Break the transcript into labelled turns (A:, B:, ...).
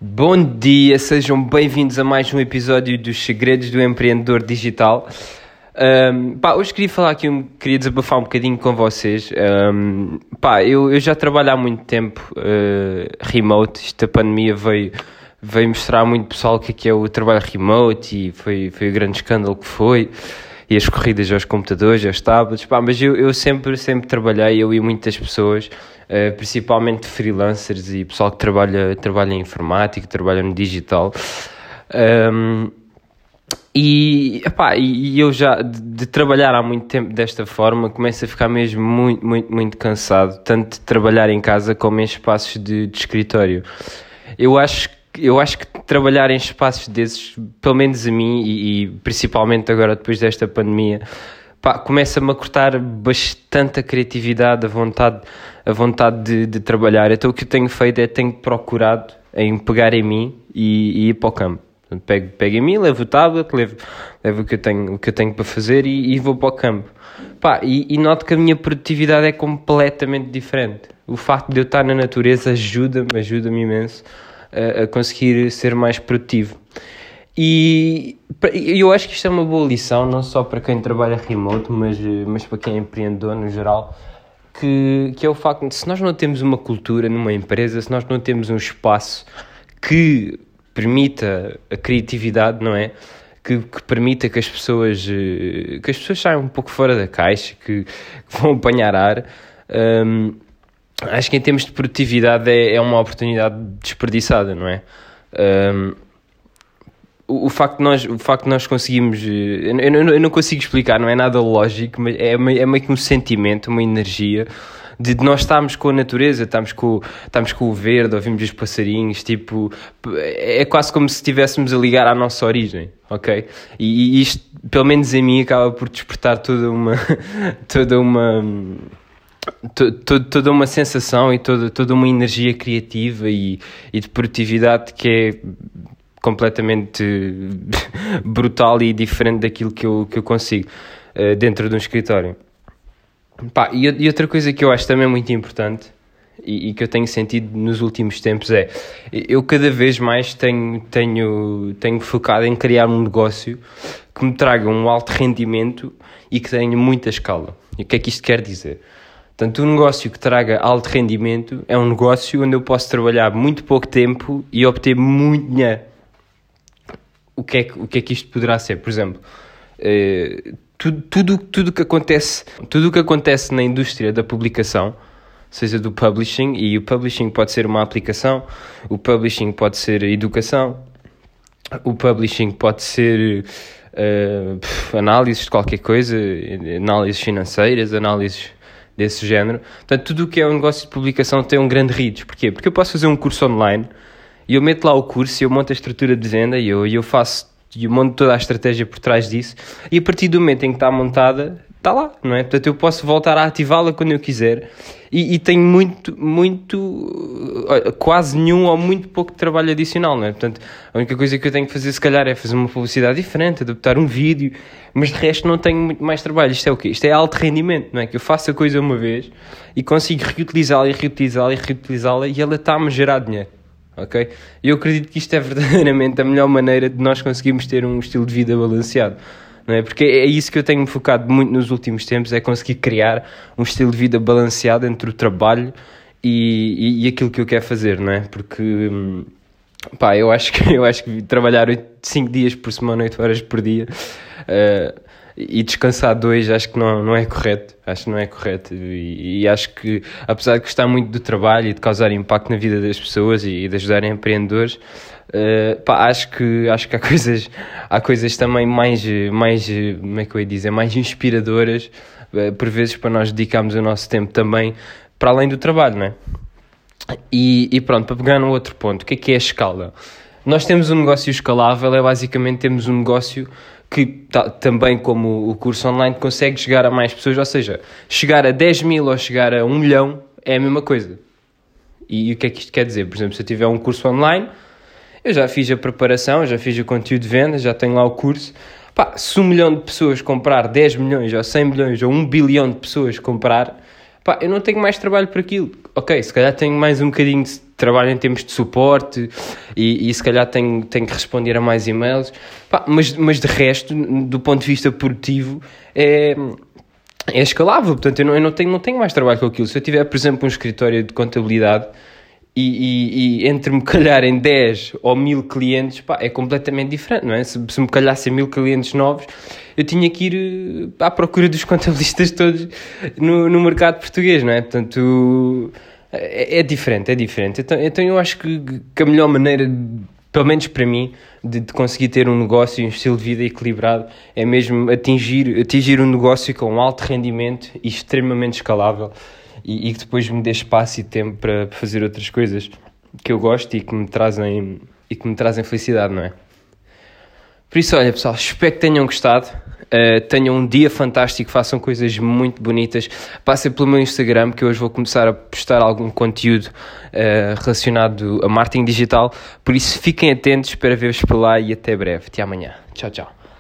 A: Bom dia, sejam bem-vindos a mais um episódio dos Segredos do Empreendedor Digital. Hoje queria desabafar um bocadinho com vocês. Eu já trabalho há muito tempo remote. Esta pandemia veio mostrar muito pessoal o que é o trabalho remote e foi o grande escândalo que foi. E as corridas aos computadores, aos tablets, mas eu sempre trabalhei, eu e muitas pessoas, principalmente freelancers e pessoal que trabalha em informática, trabalha no digital, e eu já, de trabalhar há muito tempo desta forma, começo a ficar mesmo muito cansado, tanto de trabalhar em casa como em espaços de escritório. Eu acho que trabalhar em espaços desses, pelo menos a mim, e principalmente agora depois desta pandemia, começa-me a cortar bastante a criatividade, a vontade de trabalhar. Então o que eu tenho feito tenho procurado em pegar em mim e ir para o campo. Pego em mim, levo o tablet, levo o que eu tenho para fazer e vou para o campo. E noto que a minha produtividade é completamente diferente. O facto de eu estar na natureza ajuda-me imenso a conseguir ser mais produtivo. E eu acho que isto é uma boa lição, não só para quem trabalha remote, mas para quem é empreendedor no geral, que é o facto de, se nós não temos uma cultura numa empresa, se nós não temos um espaço que permita a criatividade, não é? Que permita que as pessoas saiam um pouco fora da caixa, que vão apanhar ar. Acho que em termos de produtividade é uma oportunidade desperdiçada, não é? O facto de nós conseguimos... Eu não consigo explicar, não é nada lógico, mas é meio que um sentimento, uma energia de nós estarmos com a natureza, estamos com o verde, ouvimos os passarinhos, tipo... É quase como se estivéssemos a ligar à nossa origem, ok? E isto, pelo menos em mim, acaba por despertar toda uma sensação e toda uma energia criativa e de produtividade que é completamente brutal e diferente daquilo que eu consigo dentro de um escritório. E outra coisa que eu acho também muito importante e que eu tenho sentido nos últimos tempos eu cada vez mais tenho focado em criar um negócio que me traga um alto rendimento e que tenha muita escala. E o que é que isto quer dizer? Portanto, um negócio que traga alto rendimento é um negócio onde eu posso trabalhar muito pouco tempo e obter muito dinheiro. O que é que isto poderá ser? Por exemplo, tudo que acontece na indústria da publicação, seja do publishing, e o publishing pode ser uma aplicação, o publishing pode ser educação, o publishing pode ser análises de qualquer coisa, análises financeiras, análises desse género. Portanto, tudo o que é um negócio de publicação tem um grande reach. Porquê? Porque eu posso fazer um curso online e eu meto lá o curso e eu monto a estrutura de venda e eu faço e eu monto toda a estratégia por trás disso, e a partir do momento em que está montada, está lá, não é? Portanto, eu posso voltar a ativá-la quando eu quiser e tenho quase nenhum ou muito pouco de trabalho adicional, não é? Portanto, a única coisa que eu tenho que fazer, se calhar, é fazer uma publicidade diferente, adaptar um vídeo, mas de resto não tenho muito mais trabalho. Isto é o quê? Isto é alto rendimento, não é? Que eu faço a coisa uma vez e consigo reutilizá-la e ela está-me a gerar dinheiro. Ok? E eu acredito que isto é verdadeiramente a melhor maneira de nós conseguirmos ter um estilo de vida balanceado, não é? Porque é isso que eu tenho focado muito nos últimos tempos, é conseguir criar um estilo de vida balanceado entre o trabalho e aquilo que eu quero fazer, não é? Porque eu acho que trabalhar 5 dias por semana, 8 horas por dia, e descansar 2, acho que não é correto. Acho que não é correto. E acho que, apesar de gostar muito do trabalho e de causar impacto na vida das pessoas e de ajudar empreendedores, acho que há coisas também mais, como é que eu ia dizer, mais inspiradoras, por vezes, para nós dedicarmos o nosso tempo também para além do trabalho, não é? E pronto, para pegar num outro ponto, o que é a escala? Nós temos um negócio escalável, basicamente temos um negócio que, também como o curso online, consegue chegar a mais pessoas, ou seja, chegar a 10 mil ou chegar a 1 milhão é a mesma coisa. E o que é que isto quer dizer? Por exemplo, se eu tiver um curso online, eu já fiz a preparação, já fiz o conteúdo de venda, já tenho lá o curso. Se 1 milhão de pessoas comprar 10 milhões ou 100 milhões ou 1 bilhão de pessoas comprar, pá, eu não tenho mais trabalho para aquilo. Ok, se calhar tenho mais um bocadinho de trabalho em termos de suporte e se calhar tenho que responder a mais e-mails, pá, mas de resto, do ponto de vista produtivo, é escalável. Portanto, eu não tenho mais trabalho com aquilo. Se eu tiver, por exemplo, um escritório de contabilidade e entre-me calhar em 10 ou 1000 clientes, pá, é completamente diferente, não é? Se me calhassem 1000 clientes novos, eu tinha que ir à procura dos contabilistas todos no mercado português, não é? Portanto, é diferente. Então eu acho que a melhor maneira, pelo menos para mim, de conseguir ter um negócio e um estilo de vida equilibrado é mesmo atingir um negócio com alto rendimento e extremamente escalável, e que depois me dê espaço e tempo para fazer outras coisas que eu gosto e que me trazem felicidade, não é? Por isso, olha, pessoal, espero que tenham gostado. Tenham um dia fantástico, façam coisas muito bonitas. Passem pelo meu Instagram, que hoje vou começar a postar algum conteúdo relacionado a marketing digital. Por isso, fiquem atentos, espero ver-vos por lá e até breve. Até amanhã. Tchau, tchau.